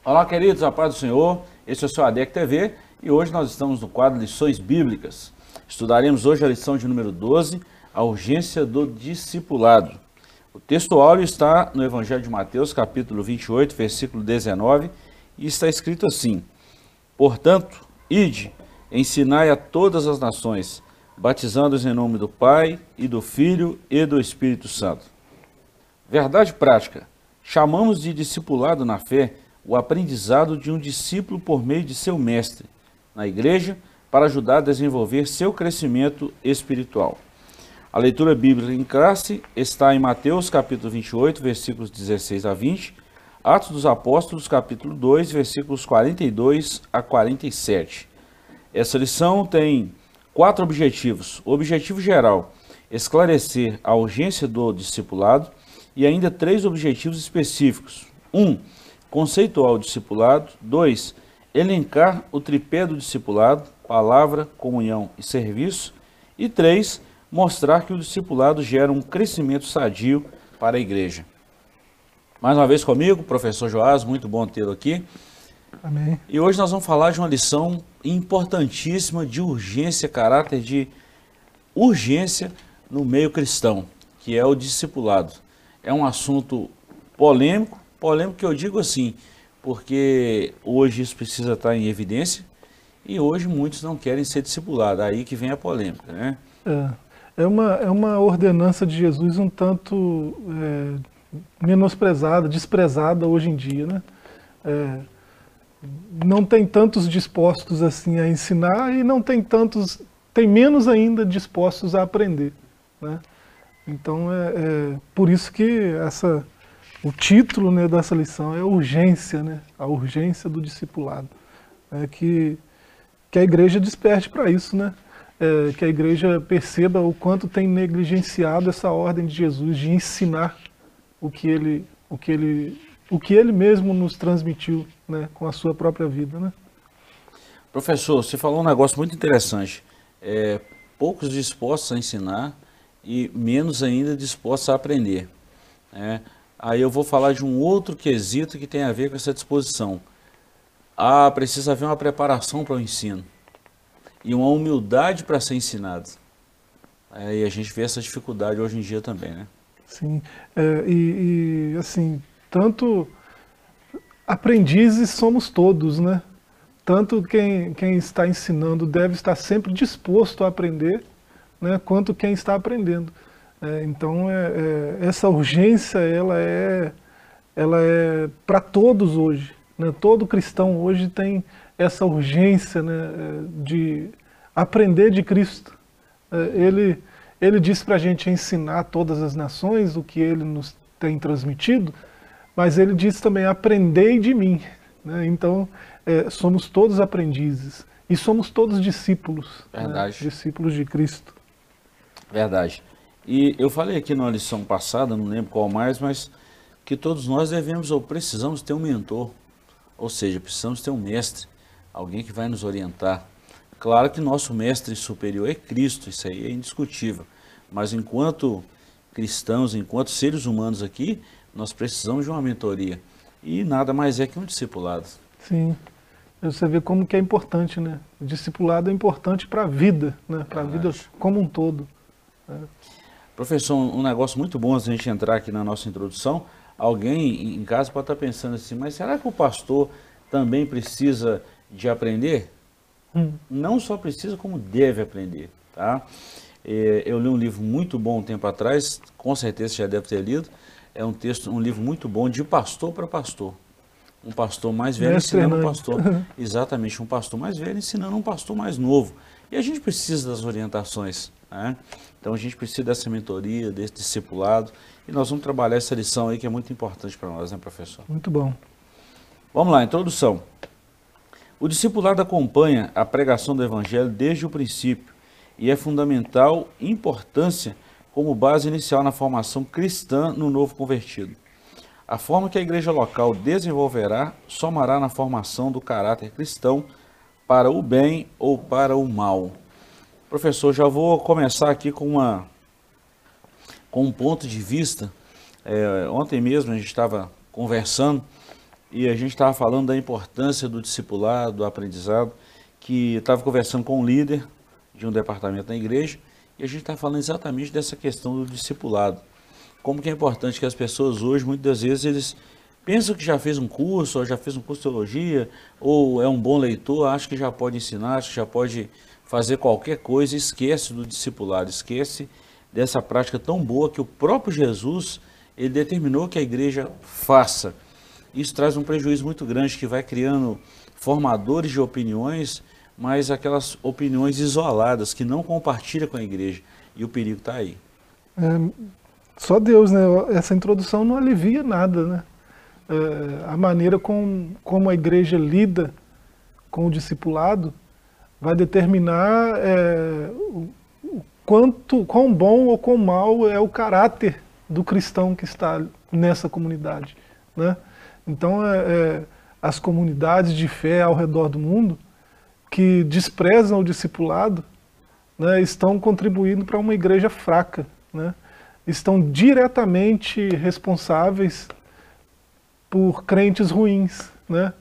Olá, queridos, a paz do Senhor. Este é o seu ADEC TV e hoje nós estamos no quadro Lições Bíblicas. Estudaremos hoje a lição de número 12, a urgência do discipulado. O texto áureo está no Evangelho de Mateus, capítulo 28, versículo 19, e está escrito assim: Portanto, ide, ensinai a todas as nações, batizando-os em nome do Pai, e do Filho e do Espírito Santo. Verdade prática. Chamamos de discipulado na fé o aprendizado de um discípulo por meio de seu mestre na igreja para ajudar a desenvolver seu crescimento espiritual. A leitura bíblica em classe está em Mateus capítulo 28, versículos 16 a 20, Atos dos Apóstolos capítulo 2, versículos 42 a 47. Essa lição tem 4 objetivos. O objetivo geral, esclarecer a urgência do discipulado, e ainda 3 objetivos específicos. 1. Conceituar o discipulado. 2. Elencar o tripé do discipulado, palavra, comunhão e serviço. E 3. Mostrar que o discipulado gera um crescimento sadio para a igreja. Mais uma vez comigo, professor Joás, muito bom tê-lo aqui. Amém. E hoje nós vamos falar de uma lição importantíssima de urgência, caráter de urgência no meio cristão, que é o discipulado. É um assunto polêmico que eu digo assim, porque hoje isso precisa estar em evidência e hoje muitos não querem ser discipulados, aí que vem a polêmica, né? É uma ordenança de Jesus um tanto menosprezada, desprezada hoje em dia, né? Não tem tantos dispostos assim a ensinar e não tem tantos, tem menos ainda dispostos a aprender, né? Então por isso que o título, né, dessa lição é urgência, né? A urgência do discipulado. Que a igreja desperte para isso, né? Que a igreja perceba o quanto tem negligenciado essa ordem de Jesus de ensinar o que ele mesmo nos transmitiu, né, com a sua própria vida, né? Professor, você falou um negócio muito interessante. Poucos dispostos a ensinar e menos ainda dispostos a aprender, né? Aí eu vou falar de um outro quesito que tem a ver com essa disposição. Precisa haver uma preparação para o ensino e uma humildade para ser ensinado. E a gente vê essa dificuldade hoje em dia também, né? Sim, assim, tanto aprendizes somos todos, né? Tanto quem está ensinando deve estar sempre disposto a aprender, né, quanto quem está aprendendo. Então, essa urgência, ela é para todos hoje, né? Todo cristão hoje tem essa urgência, né, de aprender de Cristo. Ele diz para a gente ensinar todas as nações o que ele nos tem transmitido, mas ele diz também, aprendei de mim, né? Então, somos todos aprendizes e somos todos discípulos, Verdade. Né? Discípulos de Cristo. Verdade. E eu falei aqui numa lição passada, não lembro qual mais, mas que todos nós devemos ou precisamos ter um mentor, ou seja, precisamos ter um mestre, alguém que vai nos orientar. Claro que nosso mestre superior é Cristo, isso aí é indiscutível, mas enquanto cristãos, enquanto seres humanos aqui, nós precisamos de uma mentoria e nada mais é que um discipulado. Sim, você vê como que é importante, né? O discipulado é importante para a vida, né? Para a vida como um todo. Professor, um negócio muito bom antes de a gente entrar aqui na nossa introdução, alguém em casa pode estar pensando assim, mas será que o pastor também precisa de aprender? Não só precisa, como deve aprender, tá? Eu li um livro muito bom um tempo atrás, com certeza você já deve ter lido, é um livro muito bom de pastor para pastor. Um pastor mais velho ensinando um pastor, exatamente, um pastor mais velho ensinando um pastor mais novo. E a gente precisa das orientações, né? Então a gente precisa dessa mentoria, desse discipulado, e nós vamos trabalhar essa lição aí que é muito importante para nós, né, professor? Muito bom. Vamos lá, introdução. O discipulado acompanha a pregação do Evangelho desde o princípio e é fundamental importância como base inicial na formação cristã no novo convertido. A forma que a igreja local desenvolverá somará na formação do caráter cristão para o bem ou para o mal. Professor, já vou começar aqui com um ponto de vista. Ontem mesmo a gente estava conversando e a gente estava falando da importância do discipulado, do aprendizado, que estava conversando com um líder de um departamento da igreja, e a gente está falando exatamente dessa questão do discipulado. Como que é importante que as pessoas hoje, muitas vezes, eles pensam que já fez um curso, ou já fez um curso de teologia, ou é um bom leitor, acha que já pode ensinar, acha que já pode fazer qualquer coisa, esquece do discipulado, esquece dessa prática tão boa que o próprio Jesus, ele determinou que a igreja faça. Isso traz um prejuízo muito grande, que vai criando formadores de opiniões, mas aquelas opiniões isoladas, que não compartilham com a igreja, e o perigo está aí. Só Deus, né? Essa introdução não alivia nada, né? A maneira como a igreja lida com o discipulado vai determinar quão bom ou quão mal é o caráter do cristão que está nessa comunidade, né? Então, as comunidades de fé ao redor do mundo que desprezam o discipulado, né, estão contribuindo para uma igreja fraca, né? Estão diretamente responsáveis por crentes ruins, né?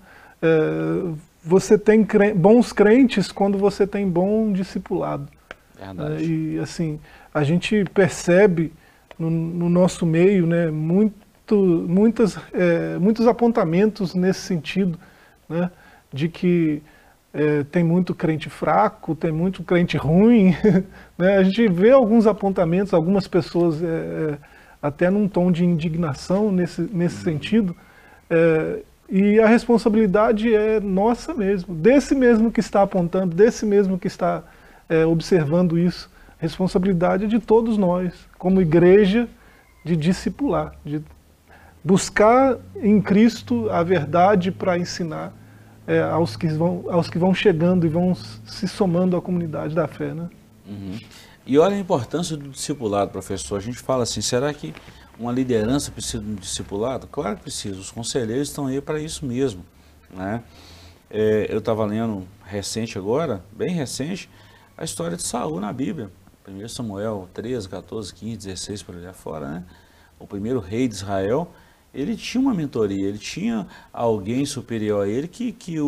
Você tem bons crentes quando você tem bom discipulado. Verdade. E assim, a gente percebe no nosso meio, né, muitos apontamentos nesse sentido, né, de que tem muito crente fraco, tem muito crente ruim, né? A gente vê alguns apontamentos, algumas pessoas até num tom de indignação nesse sentido, e a responsabilidade é nossa mesmo, desse mesmo que está apontando, desse mesmo que está observando isso. A responsabilidade é de todos nós, como igreja, de discipular, de buscar em Cristo a verdade para ensinar aos que vão chegando e vão se somando à comunidade da fé, né? Uhum. E olha a importância do discipulado, professor. A gente fala assim, será que uma liderança precisa de um discipulado? Claro que precisa, os conselheiros estão aí para isso mesmo, né? Eu estava lendo recente agora, bem recente, a história de Saul na Bíblia. 1 Samuel 13, 14, 15, 16, por ali afora, né? O primeiro rei de Israel, ele tinha uma mentoria, ele tinha alguém superior a ele que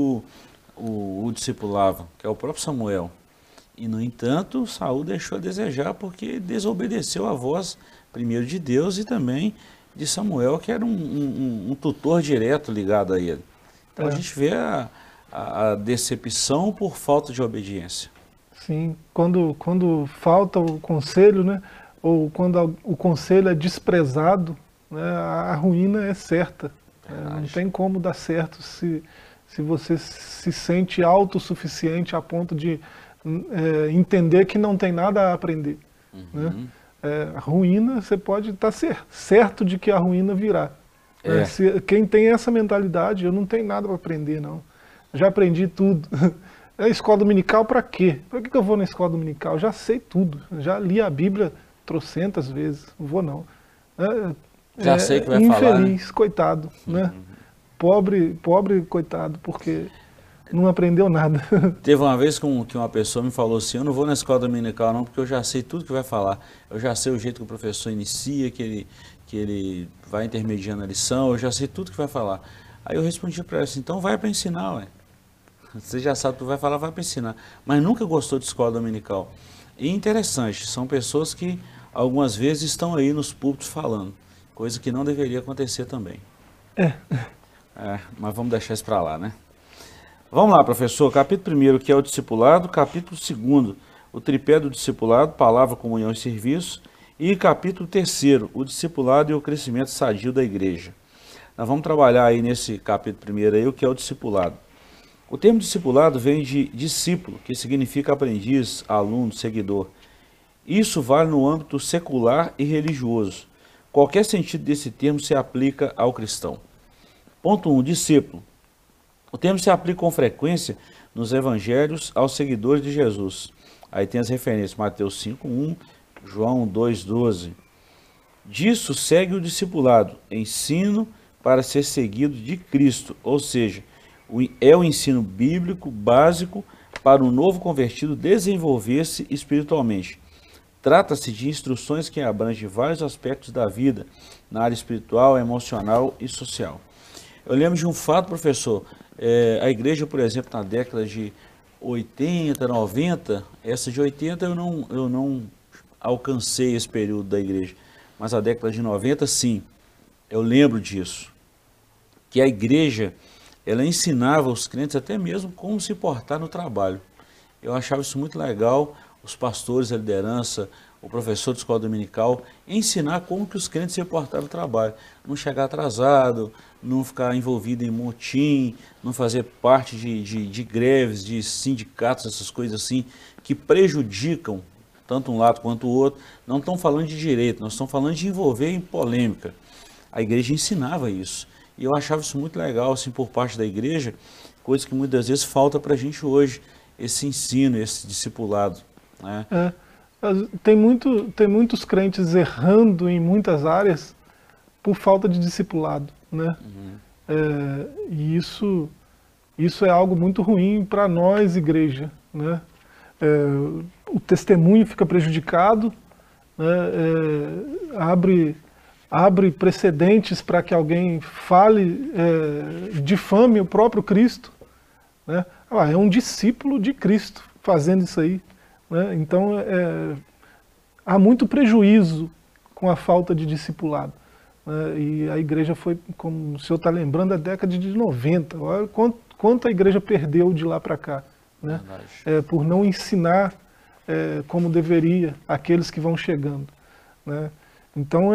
o discipulava, que é o próprio Samuel. E, no entanto, Saul deixou a desejar porque desobedeceu a voz, primeiro de Deus e também de Samuel, que era um tutor direto ligado a ele. Então a gente vê a decepção por falta de obediência. Sim, quando falta o conselho, né, ou quando o conselho é desprezado, né, a ruína é certa. Não tem como dar certo se você se sente autossuficiente a ponto de entender que não tem nada a aprender. Né? A ruína, você pode estar certo de que a ruína virá. Quem tem essa mentalidade, eu não tenho nada para aprender, não. Já aprendi tudo. A escola dominical para quê? Para que eu vou na escola dominical? Já sei tudo. Já li a Bíblia trocentas vezes. Não vou, não. Já sei o que vai infeliz, falar, né? Coitado, né? Pobre, coitado, porque não aprendeu nada. Teve uma vez que uma pessoa me falou assim, eu não vou na escola dominical não, porque eu já sei tudo que vai falar. Eu já sei o jeito que o professor inicia, que ele vai intermediando a lição, eu já sei tudo que vai falar. Aí eu respondi para ela assim, então vai para ensinar, ué. Você já sabe o que vai falar, vai para ensinar. Mas nunca gostou de escola dominical. E interessante, são pessoas que algumas vezes estão aí nos púlpitos falando, coisa que não deveria acontecer também. Mas vamos deixar isso para lá, né? Vamos lá, professor. Capítulo 1, que é o discipulado. Capítulo 2, o tripé do discipulado, palavra, comunhão e serviço. E capítulo 3, o discipulado e o crescimento sadio da igreja. Nós vamos trabalhar aí nesse capítulo 1 aí, o que é o discipulado. O termo discipulado vem de discípulo, que significa aprendiz, aluno, seguidor. Isso vale no âmbito secular e religioso. Qualquer sentido desse termo se aplica ao cristão. Ponto 1, discípulo. O termo se aplica com frequência nos evangelhos aos seguidores de Jesus. Aí tem as referências, Mateus 5:1, João 2:12. Disso segue o discipulado, ensino para ser seguido de Cristo, ou seja, é o ensino bíblico básico para o novo convertido desenvolver-se espiritualmente. Trata-se de instruções que abrangem vários aspectos da vida, na área espiritual, emocional e social. Eu lembro de um fato, professor, a igreja, por exemplo, na década de 80, 90, essa de 80 eu não alcancei esse período da igreja, mas a década de 90, sim, eu lembro disso, que a igreja, ela ensinava os crentes até mesmo como se portar no trabalho. Eu achava isso muito legal, os pastores, a liderança, o professor de escola dominical, ensinar como que os crentes se portavam no trabalho. Não chegar atrasado, não ficar envolvido em motim, não fazer parte de greves, de sindicatos, essas coisas assim, que prejudicam tanto um lado quanto o outro. Não estamos falando de direito, nós estamos falando de envolver em polêmica. A igreja ensinava isso. E eu achava isso muito legal, assim, por parte da igreja, coisa que muitas vezes falta para a gente hoje, esse ensino, esse discipulado, né? Tem muitos crentes errando em muitas áreas por falta de discipulado, né? E isso é algo muito ruim para nós, igreja, né? O testemunho fica prejudicado, né? Abre precedentes para que alguém fale, difame o próprio Cristo, né? É um discípulo de Cristo fazendo isso aí, né? Então há muito prejuízo com a falta de discipulado, né? E a igreja foi, como o senhor está lembrando, a década de 90, olha quanto a igreja perdeu de lá para cá, né? Por não ensinar como deveria aqueles que vão chegando, né? Então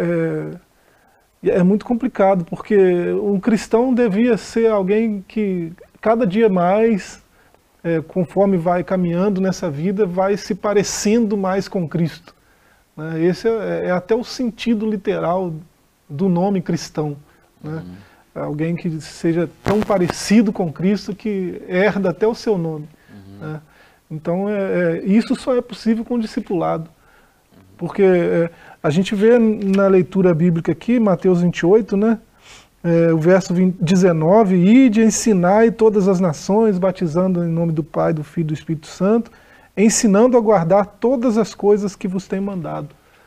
é muito complicado, porque um cristão devia ser alguém que cada dia mais, conforme vai caminhando nessa vida, vai se parecendo mais com Cristo, né? Esse é até o sentido literal do nome cristão, né? Alguém que seja tão parecido com Cristo que herda até o seu nome, né? Então isso só é possível com o discipulado, porque a gente vê na leitura bíblica aqui, Mateus 28, né? O verso 19, ide, ensinai todas as nações, batizando em nome do Pai, do Filho e do Espírito Santo, ensinando a guardar todas as coisas que vos tenho mandado.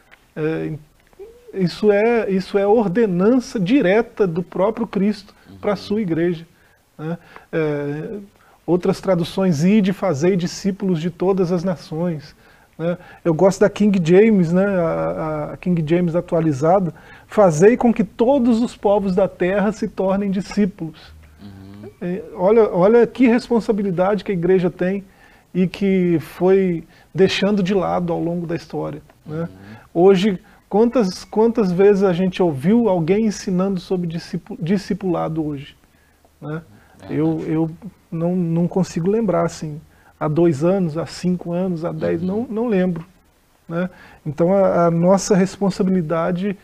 Isso é ordenança direta do próprio Cristo para a sua igreja, né? Outras traduções, ide, fazei discípulos de todas as nações, né? Eu gosto da King James, né? A King James atualizada, fazei com que todos os povos da terra se tornem discípulos. Olha que responsabilidade que a igreja tem e que foi deixando de lado ao longo da história, né? Hoje, quantas vezes a gente ouviu alguém ensinando sobre discipulado hoje, né? Eu não consigo lembrar, assim, há 2 anos, há 5 anos, há 10, não lembro, né? Então a nossa responsabilidade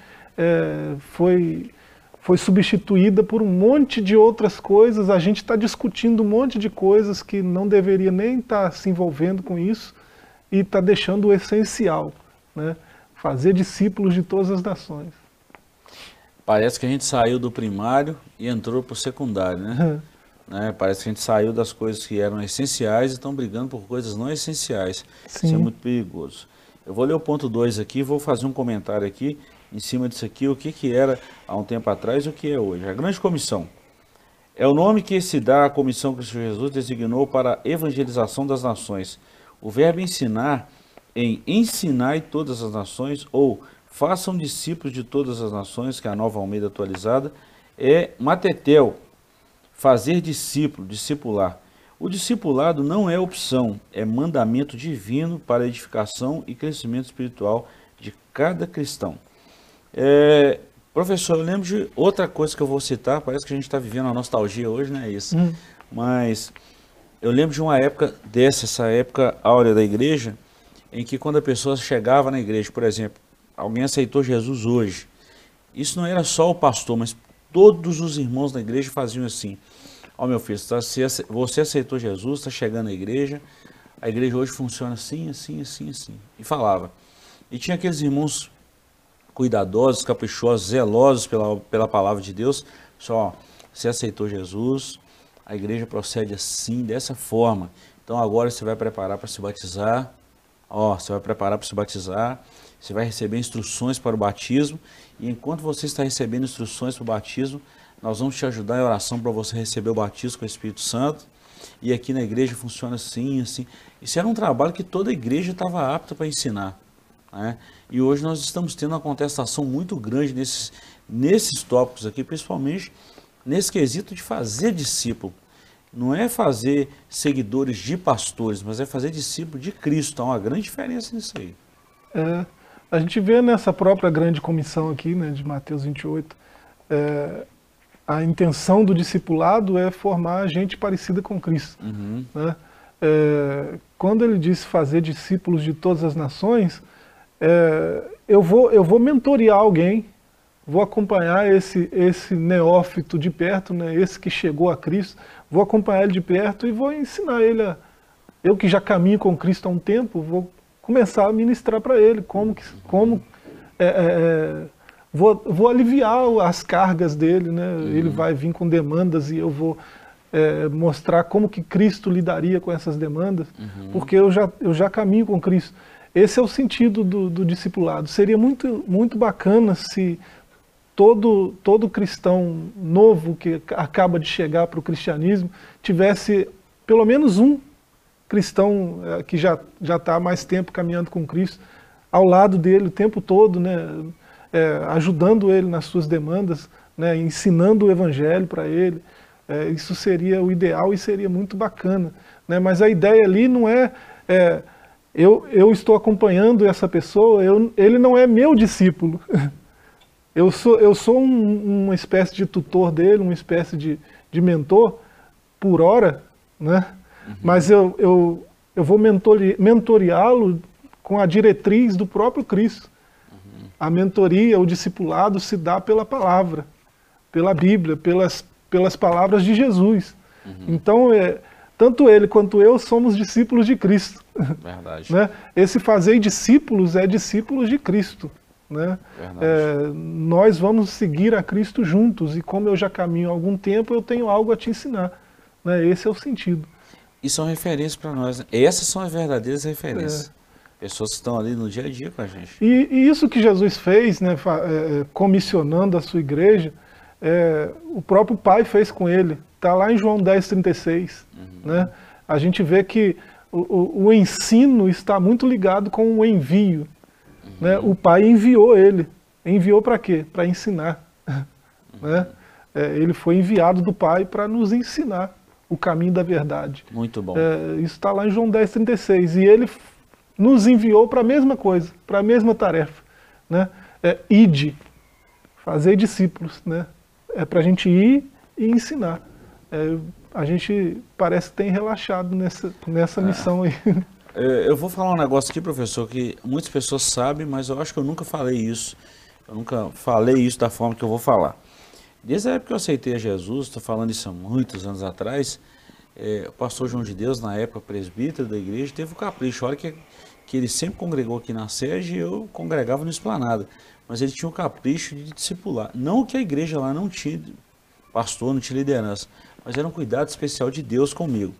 foi substituída por um monte de outras coisas. A gente está discutindo um monte de coisas que não deveria nem estar se envolvendo com isso e está deixando o essencial, né? Fazer discípulos de todas as nações. Parece que a gente saiu do primário e entrou para o secundário, né? Parece que a gente saiu das coisas que eram essenciais e estão brigando por coisas não essenciais. Sim. Isso é muito perigoso. Eu vou ler o ponto 2 aqui, vou fazer um comentário aqui em cima disso aqui, o que era há um tempo atrás e o que é hoje. A Grande Comissão é o nome que se dá à comissão que o Senhor Jesus designou para a evangelização das nações. O verbo ensinar em ensinai todas as nações ou façam discípulos de todas as nações, que é a Nova Almeida atualizada, é matetel, fazer discípulo, discipular. O discipulado não é opção, é mandamento divino para a edificação e crescimento espiritual de cada cristão. Professor, eu lembro de outra coisa que eu vou citar, parece que a gente está vivendo uma nostalgia hoje, não é isso? Mas eu lembro de uma época essa época áurea da igreja, em que quando a pessoa chegava na igreja, por exemplo, alguém aceitou Jesus hoje, isso não era só o pastor, mas todos os irmãos da igreja faziam assim: ó, meu filho, você aceitou Jesus, está chegando à igreja, a igreja hoje funciona assim, assim, assim, assim. E falava. E tinha aqueles irmãos cuidadosos, caprichosos, zelosos pela palavra de Deus. Só, você aceitou Jesus, a igreja procede assim, dessa forma. Então agora você vai preparar para se batizar. Ó, você vai preparar para se batizar, você vai receber instruções para o batismo, e enquanto você está recebendo instruções para o batismo, nós vamos te ajudar em oração para você receber o batismo com o Espírito Santo, e aqui na igreja funciona assim, assim. Isso era um trabalho que toda a igreja estava apta para ensinar, né? E hoje nós estamos tendo uma contestação muito grande nesses tópicos aqui, principalmente nesse quesito de fazer discípulo. Não é fazer seguidores de pastores, mas é fazer discípulo de Cristo. Há uma grande diferença nisso aí. A gente vê nessa própria grande comissão aqui, né, de Mateus 28, a intenção do discipulado é formar gente parecida com Cristo. Uhum. Né? Quando ele diz fazer discípulos de todas as nações, eu vou mentorear alguém, vou acompanhar esse neófito de perto, né, esse que chegou a Cristo, vou acompanhar ele de perto e vou ensinar ele eu que já caminho com Cristo há um tempo, vou começar a ministrar para ele, vou aliviar as cargas dele, né? Ele vai vir com demandas e eu vou mostrar como que Cristo lidaria com essas demandas, porque eu já caminho com Cristo. Esse é o sentido do discipulado. Seria muito, muito bacana se todo cristão novo que acaba de chegar para o cristianismo tivesse pelo menos um cristão que já está há mais tempo caminhando com Cristo, ao lado dele o tempo todo, né, ajudando ele nas suas demandas, né, ensinando o evangelho para ele. Isso seria o ideal e seria muito bacana, né? Mas a ideia ali não eu estou acompanhando essa pessoa, ele não é meu discípulo. Eu sou uma espécie de tutor dele, uma espécie de mentor por hora, né? Mas eu vou mentoreá-lo com a diretriz do próprio Cristo. A mentoria, o discipulado se dá pela palavra, pela Bíblia, pelas palavras de Jesus. Então, tanto ele quanto eu somos discípulos de Cristo. Verdade. Né? Esse fazer discípulos é discípulos de Cristo. Né? Nós vamos seguir a Cristo juntos, e como eu já caminho há algum tempo, eu tenho algo a te ensinar. Né? Esse é o sentido. E são referências para nós, né? Essas são as verdadeiras referências. Pessoas que estão ali no dia a dia com a gente. E isso que Jesus fez, né, comissionando a sua igreja, o próprio Pai fez com ele. Está lá em João 10:36. Né? A gente vê que o ensino está muito ligado com o envio. Né? O Pai enviou ele. Enviou para quê? Para ensinar. Né? Ele foi enviado do Pai para nos ensinar o caminho da verdade. Muito bom. Isso está lá em João 10:36. E ele nos enviou para a mesma coisa, para a mesma tarefa. Né? Ide, fazer discípulos. Né? É para a gente ir e ensinar. A gente parece que tem relaxado nessa missão aí. Eu vou falar um negócio aqui, professor, que muitas pessoas sabem, mas eu acho que eu nunca falei isso. Eu nunca falei isso da forma que eu vou falar. Desde a época que eu aceitei a Jesus, estou falando isso há muitos anos atrás, o pastor João de Deus, na época presbítero da igreja, teve um capricho. Olha que ele sempre congregou aqui na sede e eu congregava no Esplanada. Mas ele tinha um capricho de discipular. Não que a igreja lá não tinha pastor, não tinha liderança, mas era um cuidado especial de Deus comigo.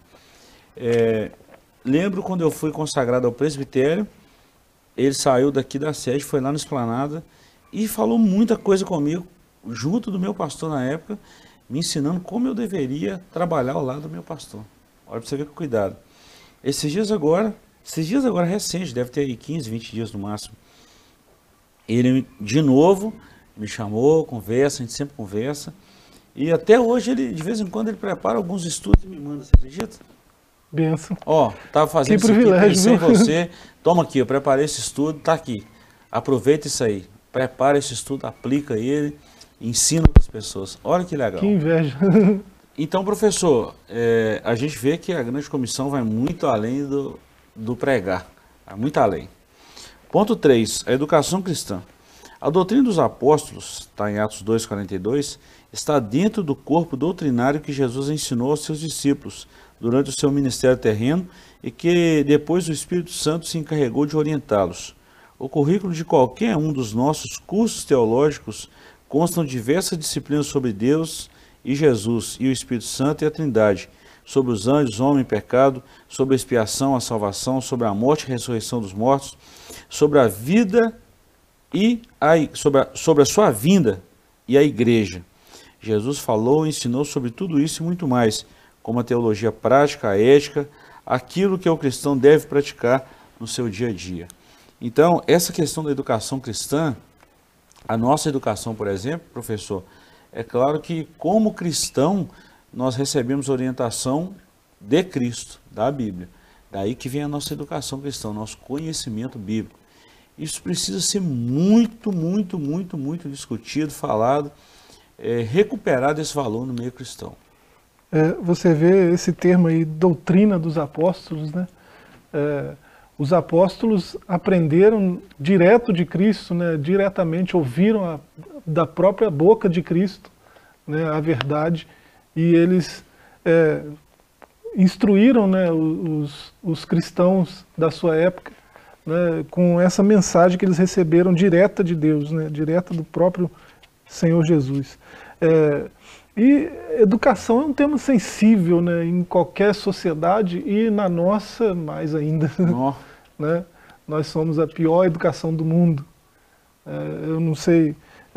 Lembro quando eu fui consagrado ao presbitério, ele saiu daqui da sede, foi lá no Esplanada e falou muita coisa comigo, junto do meu pastor na época, me ensinando como eu deveria trabalhar ao lado do meu pastor. Olha para você ver com cuidado. Esses dias agora recente, deve ter aí 15, 20 dias no máximo, ele de novo me chamou, conversa, a gente sempre conversa, e até hoje ele, de vez em quando, ele prepara alguns estudos e me manda, você acredita? Benção. Estava fazendo que privilégio, isso aqui, pensei em você, toma aqui, eu preparei esse estudo, está aqui, aproveita isso aí, prepara esse estudo, aplica ele, ensina outras pessoas, olha que legal. Que inveja. Então, professor, a gente vê que a grande comissão vai muito além do pregar, vai muito além. Ponto 3, a educação cristã. A doutrina dos apóstolos, está em Atos 2:42, está dentro do corpo doutrinário que Jesus ensinou aos seus discípulos durante o seu ministério terreno e que depois o Espírito Santo se encarregou de orientá-los. O currículo de qualquer um dos nossos cursos teológicos constam diversas disciplinas sobre Deus e Jesus e o Espírito Santo e a Trindade, sobre os anjos, homem e pecado, sobre a expiação, a salvação, sobre a morte e a ressurreição dos mortos, sobre a vida e sobre a sua vinda e a igreja. Jesus falou e ensinou sobre tudo isso e muito mais, como a teologia prática, a ética, aquilo que o cristão deve praticar no seu dia a dia. Então, essa questão da educação cristã, a nossa educação, por exemplo, professor, é claro que como cristão nós recebemos orientação de Cristo, da Bíblia. Daí que vem a nossa educação cristã, nosso conhecimento bíblico. Isso precisa ser muito, muito, muito, muito discutido, falado, recuperado esse valor no meio cristão. Você vê esse termo aí, doutrina dos apóstolos, né? Os apóstolos aprenderam direto de Cristo, né? Diretamente ouviram da própria boca de Cristo, né? A verdade, e eles instruíram, né, os cristãos da sua época, né, com essa mensagem que eles receberam direta de Deus, né, direta do próprio Senhor Jesus. E educação é um tema sensível, né, em qualquer sociedade e na nossa mais ainda. Oh. Né? Nós somos a pior educação do mundo. Eu não sei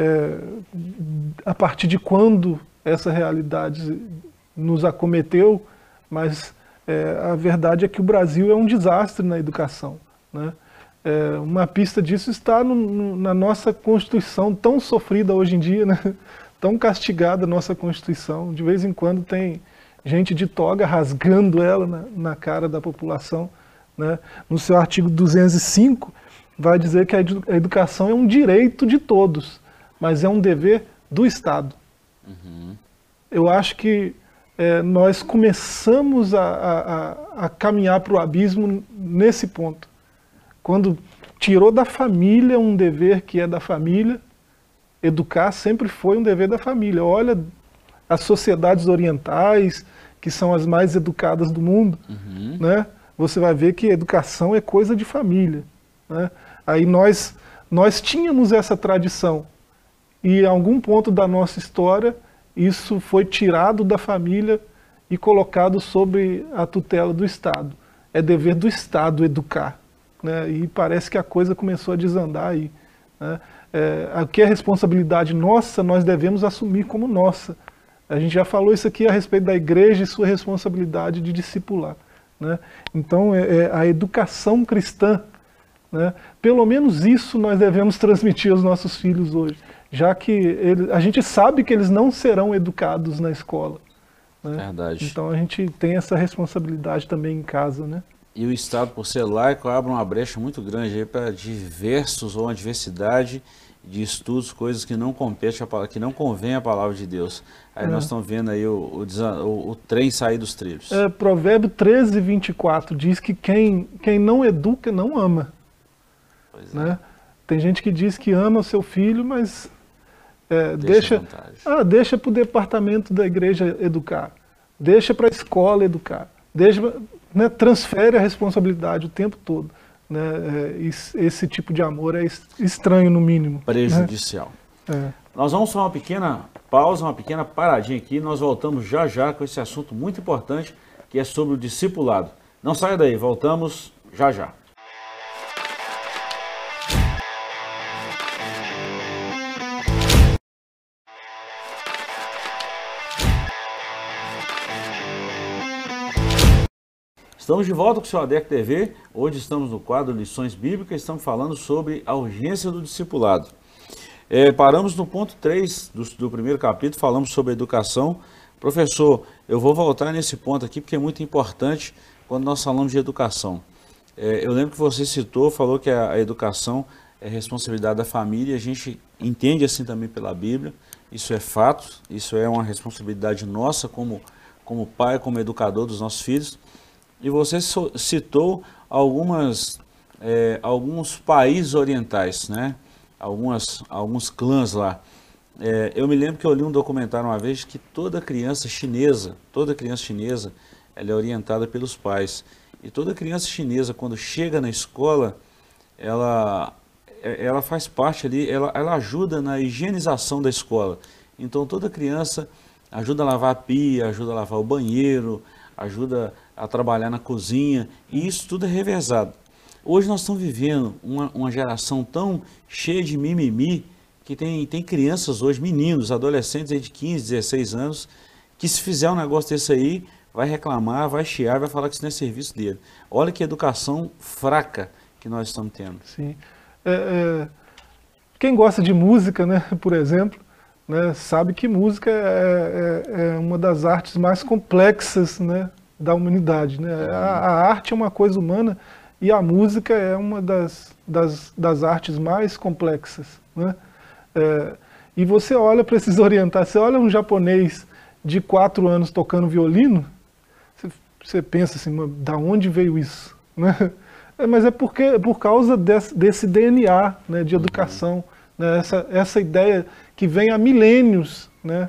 a partir de quando essa realidade nos acometeu, mas a verdade é que o Brasil é um desastre na educação. Né? Uma pista disso está na nossa Constituição, tão sofrida hoje em dia, né? Tão castigada a nossa Constituição. De vez em quando tem gente de toga rasgando ela na cara da população. Né? No seu artigo 205, vai dizer que a educação é um direito de todos, mas é um dever do Estado. Uhum. Eu acho que nós começamos a caminhar para o abismo nesse ponto. Quando tirou da família um dever que é da família, educar sempre foi um dever da família. Olha as sociedades orientais, que são as mais educadas do mundo, uhum, né? Você vai ver que educação é coisa de família. Né? Aí nós tínhamos essa tradição, e em algum ponto da nossa história, isso foi tirado da família e colocado sob a tutela do Estado. É dever do Estado educar. Né? E parece que a coisa começou a desandar aí. Né? O que é responsabilidade nossa, nós devemos assumir como nossa. A gente já falou isso aqui a respeito da igreja e sua responsabilidade de discipular. Né? Então, a educação cristã, né? Pelo menos isso nós devemos transmitir aos nossos filhos hoje, já que a gente sabe que eles não serão educados na escola. Né? Verdade. Então a gente tem essa responsabilidade também em casa. Né? E o Estado, por ser laico, abre uma brecha muito grande para diversos ou uma diversidade de estudos, coisas que não competem, que não convém à palavra de Deus. Aí nós estamos vendo aí o trem sair dos trilhos. Provérbio 13, 24 diz que quem não educa não ama. Pois né? Tem gente que diz que ama o seu filho, mas deixa para o departamento da igreja educar, deixa para a escola educar, né, transfere a responsabilidade o tempo todo. Né? Esse tipo de amor é estranho, no mínimo. Prejudicial. Né? Nós vamos fazer uma pequena pausa, uma pequena paradinha aqui. Nós voltamos já já com esse assunto muito importante, que é sobre o discipulado. Não saia daí, voltamos já já. Estamos de volta com o seu ADEC TV. Hoje estamos no quadro Lições Bíblicas, estamos falando sobre a urgência do discipulado. Paramos no ponto 3 do primeiro capítulo, falamos sobre a educação. Professor, eu vou voltar nesse ponto aqui porque é muito importante quando nós falamos de educação. Eu lembro que você falou que a educação é responsabilidade da família, a gente entende assim também pela Bíblia, isso é fato, isso é uma responsabilidade nossa como pai, como educador dos nossos filhos. E você citou alguns países orientais, né? Alguns clãs lá. Eu me lembro que eu li um documentário uma vez que toda criança chinesa, ela é orientada pelos pais. E toda criança chinesa, quando chega na escola, ela faz parte ali, ela ajuda na higienização da escola. Então toda criança ajuda a lavar a pia, ajuda a lavar o banheiro, ajuda a trabalhar na cozinha, e isso tudo é revezado. Hoje nós estamos vivendo uma geração tão cheia de mimimi que tem crianças hoje, meninos, adolescentes aí de 15, 16 anos, que se fizer um negócio desse aí, vai reclamar, vai chiar, vai falar que isso não é serviço dele. Olha que educação fraca que nós estamos tendo. Sim. Quem gosta de música, né, por exemplo, né, sabe que música é uma das artes mais complexas, né, da humanidade. Né? A arte é uma coisa humana e a música é uma das artes mais complexas. Né? E você olha para esses orientais, você olha um japonês de 4 anos tocando violino, você pensa assim, da onde veio isso? Né? Mas é por causa desse DNA, né, de educação, né, essa ideia que vem há milênios, né,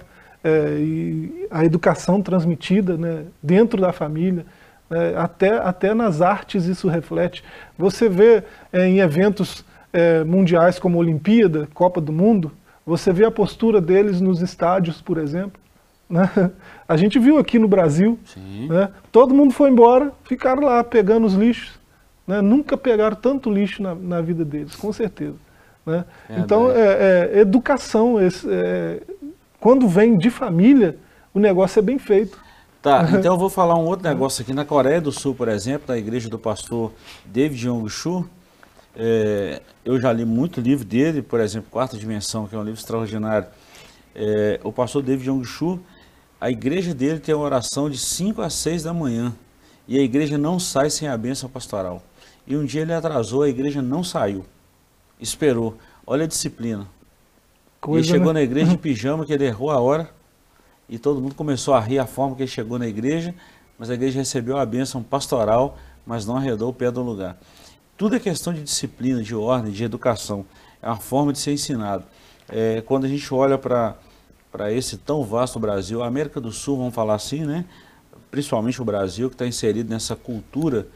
e a educação transmitida, né, dentro da família, né, até nas artes isso reflete. Você vê em eventos mundiais como a Olimpíada, Copa do Mundo, você vê a postura deles nos estádios, por exemplo. Né? A gente viu aqui no Brasil, né, todo mundo foi embora, ficaram lá pegando os lixos. Né? Nunca pegaram tanto lixo na vida deles, com certeza. Né? Então, educação, quando vem de família, o negócio é bem feito. Tá, então eu vou falar um outro negócio aqui. Na Coreia do Sul, por exemplo, na igreja do pastor David Yong-Soo, eu já li muito livro dele, por exemplo, Quarta Dimensão, que é um livro extraordinário. O pastor David Yong-Soo, a igreja dele tem uma oração de 5 às 6 da manhã, e a igreja não sai sem a bênção pastoral. E um dia ele atrasou, a igreja não saiu. Esperou. Olha a disciplina. Ele chegou na igreja de pijama, que ele errou a hora, e todo mundo começou a rir a forma que ele chegou na igreja, mas a igreja recebeu a bênção pastoral, mas não arredou o pé do lugar. Tudo é questão de disciplina, de ordem, de educação. É uma forma de ser ensinado. Quando a gente olha para esse tão vasto Brasil, a América do Sul, vamos falar assim, né? Principalmente o Brasil, que está inserido nessa cultura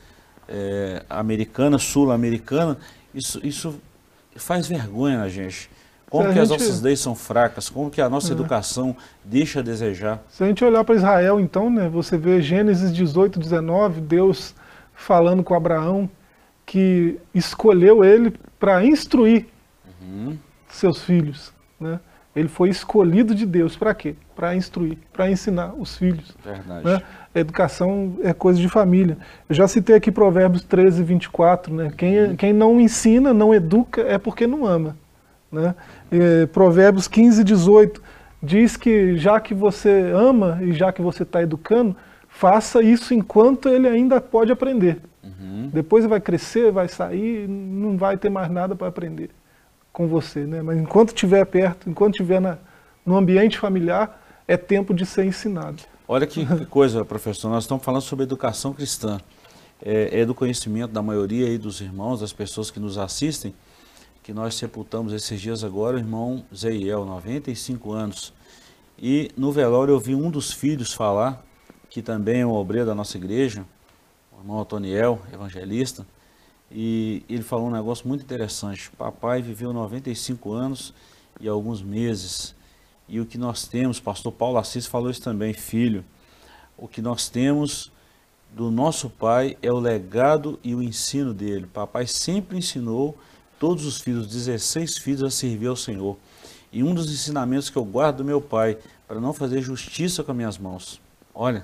americana, sul-americana, isso faz vergonha na gente. Como que as nossas leis são fracas, como que a nossa educação deixa a desejar. Se a gente olhar para Israel, então, né, você vê Gênesis 18, 19, Deus falando com Abraão, que escolheu ele para instruir seus filhos. Né? Ele foi escolhido de Deus, para quê? Para instruir, para ensinar os filhos. Verdade. Né? A educação é coisa de família. Eu já citei aqui Provérbios 13, 24, né? Quem não ensina, não educa, é porque não ama. Né? Provérbios 15, 18 diz que já que você ama e já que você está educando, faça isso enquanto ele ainda pode aprender. Depois vai crescer, vai sair, não vai ter mais nada para aprender com você. Né? Mas enquanto estiver perto, enquanto estiver no ambiente familiar, é tempo de ser ensinado. Olha que coisa, professor, nós estamos falando sobre educação cristã. É do conhecimento da maioria aí dos irmãos, das pessoas que nos assistem, que nós sepultamos esses dias agora o irmão Zeiel, 95 anos. E no velório eu vi um dos filhos falar, que também é um obreiro da nossa igreja, o irmão Otoniel, evangelista, e ele falou um negócio muito interessante. Papai viveu 95 anos e alguns meses, e o que nós temos, pastor Paulo Assis falou isso também, filho, o que nós temos do nosso pai é o legado e o ensino dele. Papai sempre ensinou todos os filhos, 16 filhos, a servir ao Senhor. E um dos ensinamentos que eu guardo do meu pai, para não fazer justiça com as minhas mãos. Olha,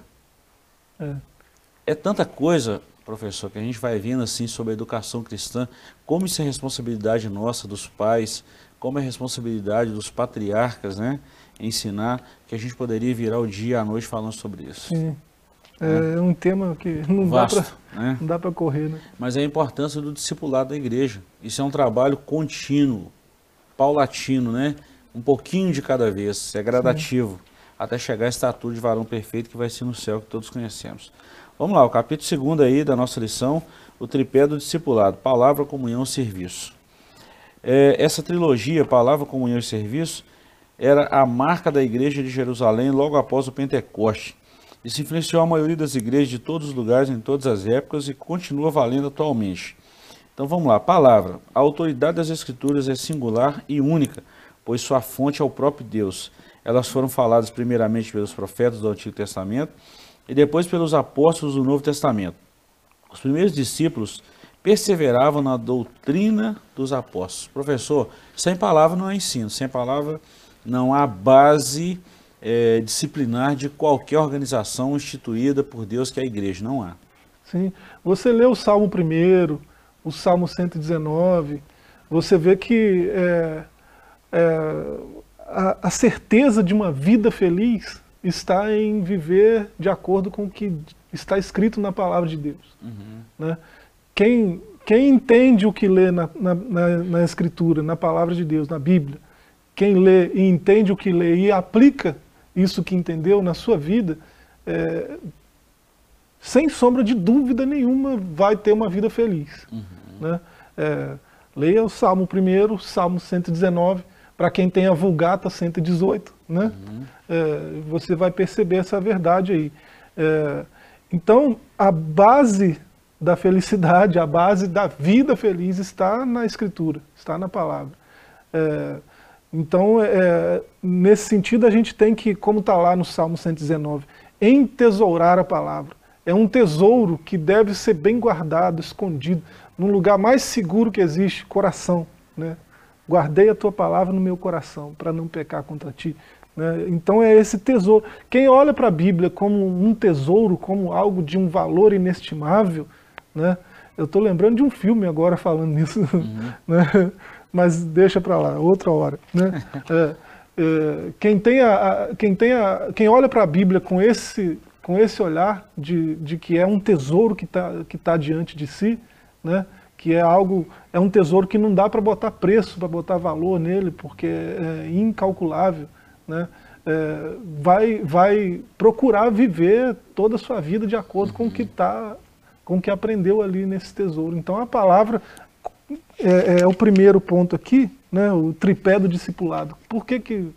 é tanta coisa, professor, que a gente vai vendo assim sobre a educação cristã, como isso é responsabilidade nossa, dos pais, como é responsabilidade dos patriarcas, né? Ensinar, que a gente poderia virar o dia e a noite falando sobre isso. Sim. É um tema que não dá para correr, né? Mas é a importância do discipulado da igreja. Isso é um trabalho contínuo, paulatino, né? Um pouquinho de cada vez, é gradativo, até chegar à estatura de varão perfeito que vai ser no céu, que todos conhecemos. Vamos lá, o capítulo 2 aí da nossa lição, o tripé do discipulado, palavra, comunhão, serviço. Essa trilogia, palavra, comunhão e serviço, era a marca da igreja de Jerusalém logo após o Pentecoste. Isso influenciou a maioria das igrejas de todos os lugares, em todas as épocas, e continua valendo atualmente. Então vamos lá, palavra. A autoridade das Escrituras é singular e única, pois sua fonte é o próprio Deus. Elas foram faladas primeiramente pelos profetas do Antigo Testamento e depois pelos apóstolos do Novo Testamento. Os primeiros discípulos perseveravam na doutrina dos apóstolos. Professor, sem palavra não há ensino, sem palavra não há base disciplinar de qualquer organização instituída por Deus, que é a igreja, não há. Sim, você lê o Salmo 1º, o Salmo 119, você vê que a certeza de uma vida feliz está em viver de acordo com o que está escrito na palavra de Deus. Né? Quem entende o que lê na Escritura, na palavra de Deus, na Bíblia, quem lê e entende o que lê e aplica isso que entendeu na sua vida, sem sombra de dúvida nenhuma, vai ter uma vida feliz. Né? Leia o Salmo 1º, Salmo 119, para quem tem a Vulgata 118, né? Você vai perceber essa verdade aí. Então, a base da felicidade, a base da vida feliz está na Escritura, está na palavra. Então, nesse sentido, a gente tem que, como está lá no Salmo 119, entesourar a palavra. É um tesouro que deve ser bem guardado, escondido, num lugar mais seguro que existe, coração. Né? Guardei a tua palavra no meu coração, para não pecar contra ti. Né? Então é esse tesouro. Quem olha para a Bíblia como um tesouro, como algo de um valor inestimável, né? Eu estou lembrando de um filme agora falando nisso, né? Mas deixa para lá, outra hora. Né? Quem olha para a Bíblia com esse olhar de que é um tesouro que tá diante de si, né? Que é um tesouro que não dá para botar preço, para botar valor nele, porque é incalculável, né? Vai procurar viver toda a sua vida de acordo com o que aprendeu ali nesse tesouro. Então a palavra é o primeiro ponto aqui, né? O tripé do discipulado. Por que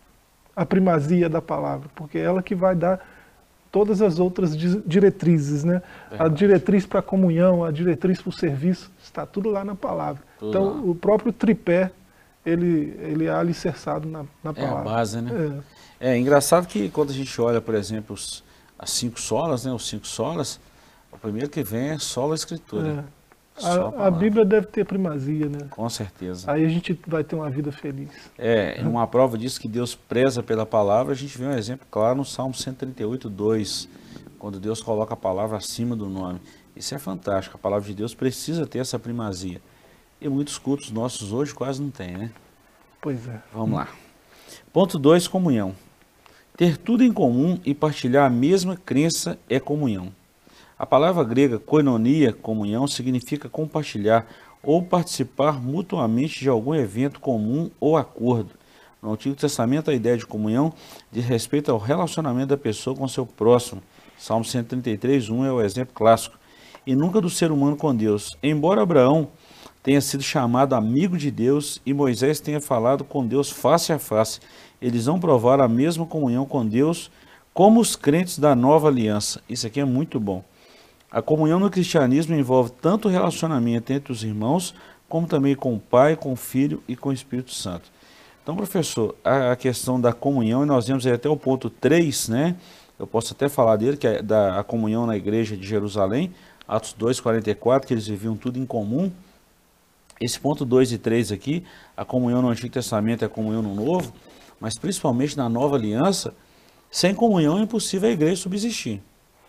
a primazia da palavra? Porque é ela que vai dar todas as outras diretrizes, né? A diretriz para a comunhão, a diretriz para o serviço, está tudo lá na palavra. Tudo então, lá. O próprio tripé, ele é alicerçado na palavra. É a base, né? É engraçado que quando a gente olha, por exemplo, as 5 solas, né? Os 5 solas, o primeiro que vem é sola Escritura. A Bíblia deve ter primazia, né? Com certeza. Aí a gente vai ter uma vida feliz. Uma prova disso que Deus preza pela palavra, a gente vê um exemplo claro no Salmo 138, 2, quando Deus coloca a palavra acima do nome. Isso é fantástico, a palavra de Deus precisa ter essa primazia. E muitos cultos nossos hoje quase não tem, né? Pois é. Vamos lá. Ponto 2, comunhão. Ter tudo em comum e partilhar a mesma crença é comunhão. A palavra grega koinonia, comunhão, significa compartilhar ou participar mutuamente de algum evento comum ou acordo. No Antigo Testamento, a ideia de comunhão diz respeito ao relacionamento da pessoa com seu próximo. Salmo 133, 1 é o exemplo clássico. E nunca do ser humano com Deus. Embora Abraão tenha sido chamado amigo de Deus e Moisés tenha falado com Deus face a face, eles não provaram a mesma comunhão com Deus como os crentes da nova aliança. Isso aqui é muito bom. A comunhão no cristianismo envolve tanto o relacionamento entre os irmãos, como também com o Pai, com o Filho e com o Espírito Santo. Então, professor, a questão da comunhão, e nós vemos até o ponto 3, né? Eu posso até falar dele, que é a comunhão na igreja de Jerusalém, Atos 2, 44, que eles viviam tudo em comum. Esse ponto 2 e 3 aqui, a comunhão no Antigo Testamento é a comunhão no Novo, mas principalmente na Nova Aliança, sem comunhão é impossível a igreja subsistir.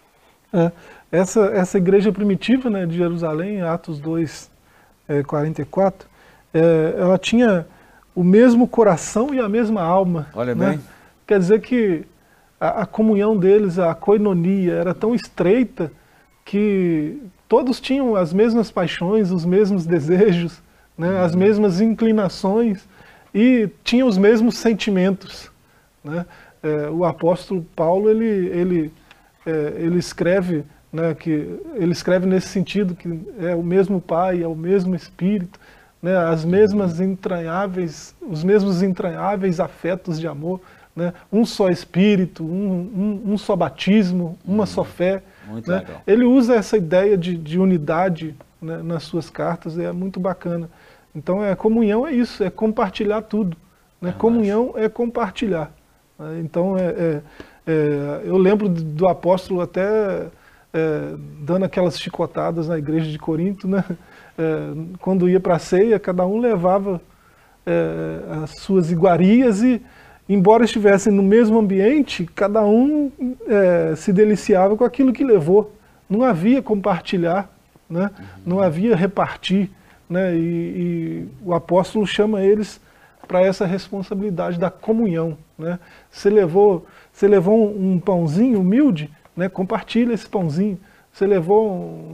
Essa igreja primitiva, né, de Jerusalém, Atos 2, 44, ela tinha o mesmo coração e a mesma alma. Olha né? bem. Quer dizer que a comunhão deles, a koinonia, era tão estreita que todos tinham as mesmas paixões, os mesmos desejos, né, as mesmas inclinações e tinham os mesmos sentimentos. Né? O apóstolo Paulo, ele escreve, né, ele escreve nesse sentido, que é o mesmo Pai, é o mesmo Espírito, né, os mesmos entranháveis afetos de amor, né, um só Espírito, um só batismo, uma só fé. Muito né? legal. Ele usa essa ideia de unidade, né, nas suas cartas, é muito bacana. Então comunhão é isso, é compartilhar tudo. Né? Comunhão é compartilhar. Então eu lembro do apóstolo até dando aquelas chicotadas na igreja de Corinto, né? Quando ia para a ceia, cada um levava as suas iguarias e, embora estivessem no mesmo ambiente, cada um se deliciava com aquilo que levou. Não havia compartilhar, né? Não havia repartir, né? E o apóstolo chama eles para essa responsabilidade da comunhão, né? Você levou um pãozinho humilde, né? Compartilha esse pãozinho. Você levou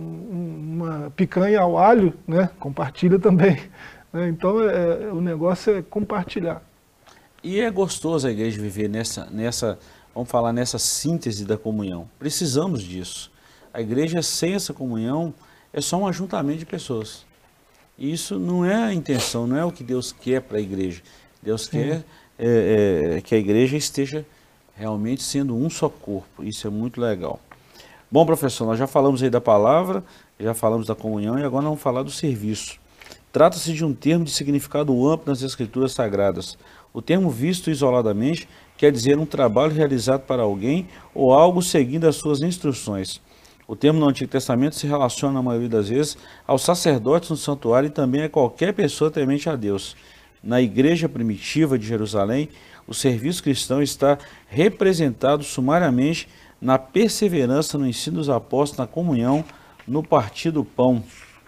uma picanha ao alho, né? Compartilha também. Né? Então o negócio é compartilhar. E é gostoso a igreja viver vamos falar, nessa síntese da comunhão. Precisamos disso. A igreja sem essa comunhão é só um ajuntamento de pessoas. E isso não é a intenção, não é o que Deus quer para a igreja. Deus quer que a igreja esteja realmente sendo um só corpo. Isso é muito legal. Bom, professor, nós já falamos aí da palavra, já falamos da comunhão e agora vamos falar do serviço. Trata-se de um termo de significado amplo nas Escrituras Sagradas. O termo visto isoladamente quer dizer um trabalho realizado para alguém ou algo seguindo as suas instruções. O termo no Antigo Testamento se relaciona, na maioria das vezes, aos sacerdotes no santuário e também a qualquer pessoa temente a Deus. Na igreja primitiva de Jerusalém, o serviço cristão está representado sumariamente na perseverança no ensino dos apóstolos, na comunhão, no partir do pão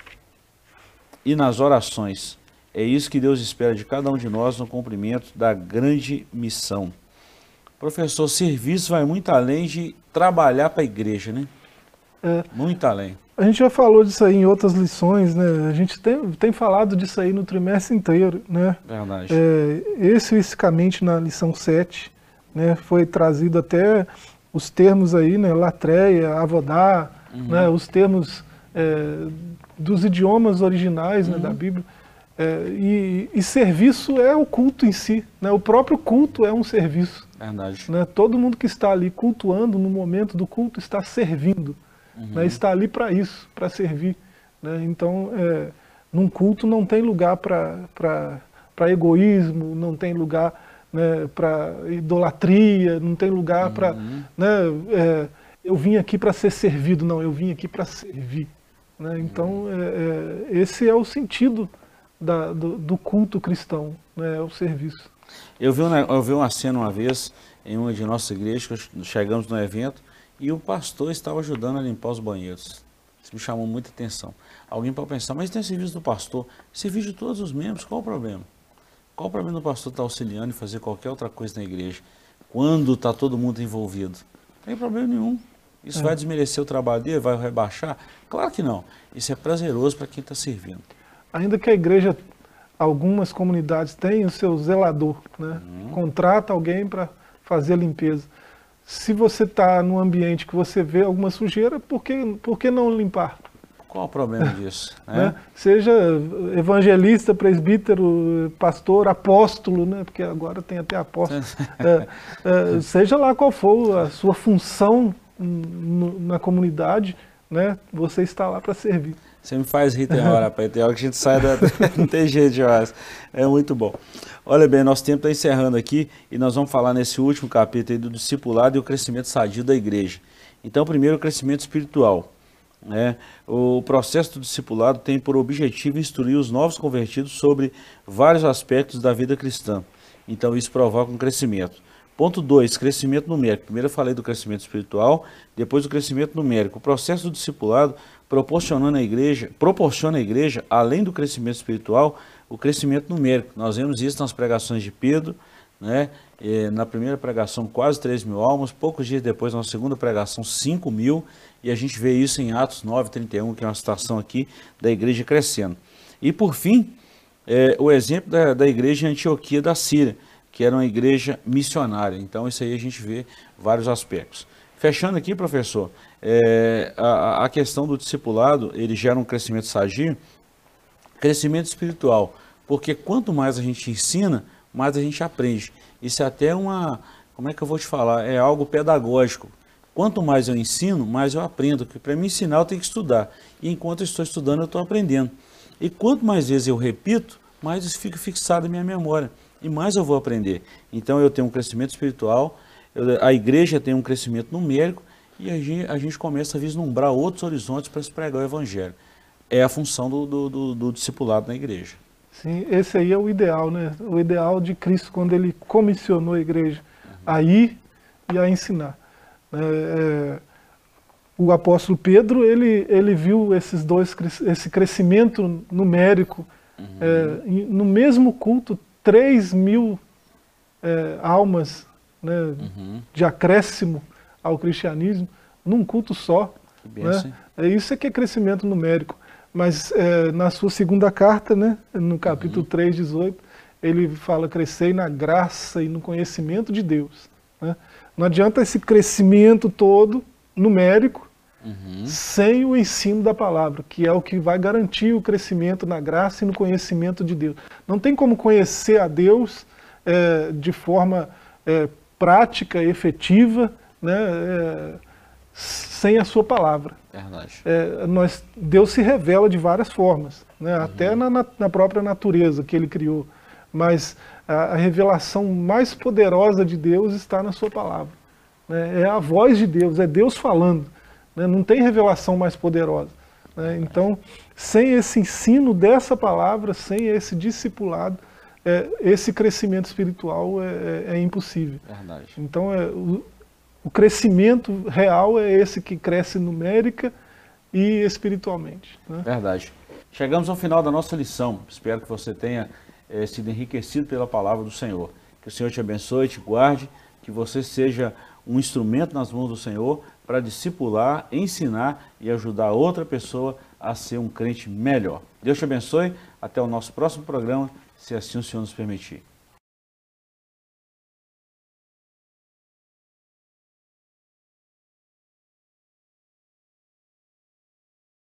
e nas orações. É isso que Deus espera de cada um de nós no cumprimento da grande missão. Professor, serviço vai muito além de trabalhar para a igreja, né? Muito além. A gente já falou disso aí em outras lições, né? A gente tem falado disso aí no trimestre inteiro, né? Verdade. Especificamente na lição 7, né? Foi trazido até os termos aí, né? Latreia, avodá, né? Os termos dos idiomas originais, né? Da Bíblia. E serviço é o culto em si, né? O próprio culto é um serviço. Verdade. Né? Todo mundo que está ali cultuando no momento do culto está servindo. Né, está ali para isso, para servir. Né? Então, num culto não tem lugar para egoísmo, não tem lugar, né, para idolatria, não tem lugar para... Né, eu vim aqui para ser servido, não, eu vim aqui para servir. Né? Então, esse é o sentido do culto cristão, né, é o serviço. Eu vi uma cena uma vez em uma de nossas igrejas, chegamos no evento, e o pastor estava ajudando a limpar os banheiros. Isso me chamou muita atenção. Alguém pode pensar, mas tem serviço do pastor, serviço de todos os membros, qual o problema? Qual o problema do pastor estar auxiliando e fazer qualquer outra coisa na igreja, quando está todo mundo envolvido? Não tem problema nenhum. Isso vai desmerecer o trabalho dele, vai rebaixar? Claro que não. Isso é prazeroso para quem está servindo. Ainda que a igreja, algumas comunidades têm o seu zelador, né? Contrata alguém para fazer a limpeza. Se você está num ambiente que você vê alguma sujeira, por que não limpar? Qual o problema disso? Né? Seja evangelista, presbítero, pastor, apóstolo, né? Porque agora tem até apóstolo. Seja lá qual for a sua função na comunidade, né? Você está lá para servir. Você me faz rir, tem hora, rapaz. Tem hora que a gente sai não tem jeito, Joás. É muito bom. Olha bem, nosso tempo está encerrando aqui e nós vamos falar nesse último capítulo aí do discipulado e o crescimento sadio da igreja. Então, primeiro, o crescimento espiritual. Né? O processo do discipulado tem por objetivo instruir os novos convertidos sobre vários aspectos da vida cristã. Então, isso provoca um crescimento. Ponto 2, crescimento numérico. Primeiro eu falei do crescimento espiritual, depois do crescimento numérico. O processo do discipulado proporciona à igreja, além do crescimento espiritual, o crescimento numérico. Nós vemos isso nas pregações de Pedro, né? Na primeira pregação quase 3.000 almas, poucos dias depois na segunda pregação 5.000, e a gente vê isso em Atos 9:31, que é uma citação aqui da igreja crescendo. E por fim, o exemplo da igreja em Antioquia da Síria, que era uma igreja missionária. Então isso aí a gente vê vários aspectos. Fechando aqui, professor, a questão do discipulado, ele gera um crescimento sadio, crescimento espiritual, porque quanto mais a gente ensina, mais a gente aprende. Isso é até como é que eu vou te falar, é algo pedagógico. Quanto mais eu ensino, mais eu aprendo, porque para me ensinar eu tenho que estudar, e enquanto eu estou estudando eu estou aprendendo. E quanto mais vezes eu repito, mais isso fica fixado em minha memória, e mais eu vou aprender. Então eu tenho um crescimento espiritual, a igreja tem um crescimento numérico, E a gente começa a vislumbrar outros horizontes para se pregar o evangelho. É a função do discipulado na igreja. Sim, esse aí é o ideal, né? O ideal de Cristo quando ele comissionou a igreja a ir e a ensinar. O apóstolo Pedro, ele viu esse crescimento numérico. No mesmo culto, 3.000 almas, né, de acréscimo ao cristianismo, num culto só. Que bênção, né? Isso é que é crescimento numérico. Mas na sua segunda carta, né, no capítulo 3:18, ele fala: crescei na graça e no conhecimento de Deus. Né? Não adianta esse crescimento todo numérico sem o ensino da palavra, que é o que vai garantir o crescimento na graça e no conhecimento de Deus. Não tem como conhecer a Deus de forma prática, efetiva, né, sem a sua palavra. Verdade. Deus se revela de várias formas, né, até na própria natureza que ele criou. Mas a revelação mais poderosa de Deus está na sua palavra. Né, é a voz de Deus, é Deus falando. Né, não tem revelação mais poderosa. Né, então, sem esse ensino dessa palavra, sem esse discipulado, esse crescimento espiritual é impossível. Verdade. Então, o crescimento real é esse que cresce numérica e espiritualmente. Né? Verdade. Chegamos ao final da nossa lição. Espero que você tenha sido enriquecido pela palavra do Senhor. Que o Senhor te abençoe, te guarde, que você seja um instrumento nas mãos do Senhor para discipular, ensinar e ajudar outra pessoa a ser um crente melhor. Deus te abençoe. Até o nosso próximo programa, se assim o Senhor nos permitir.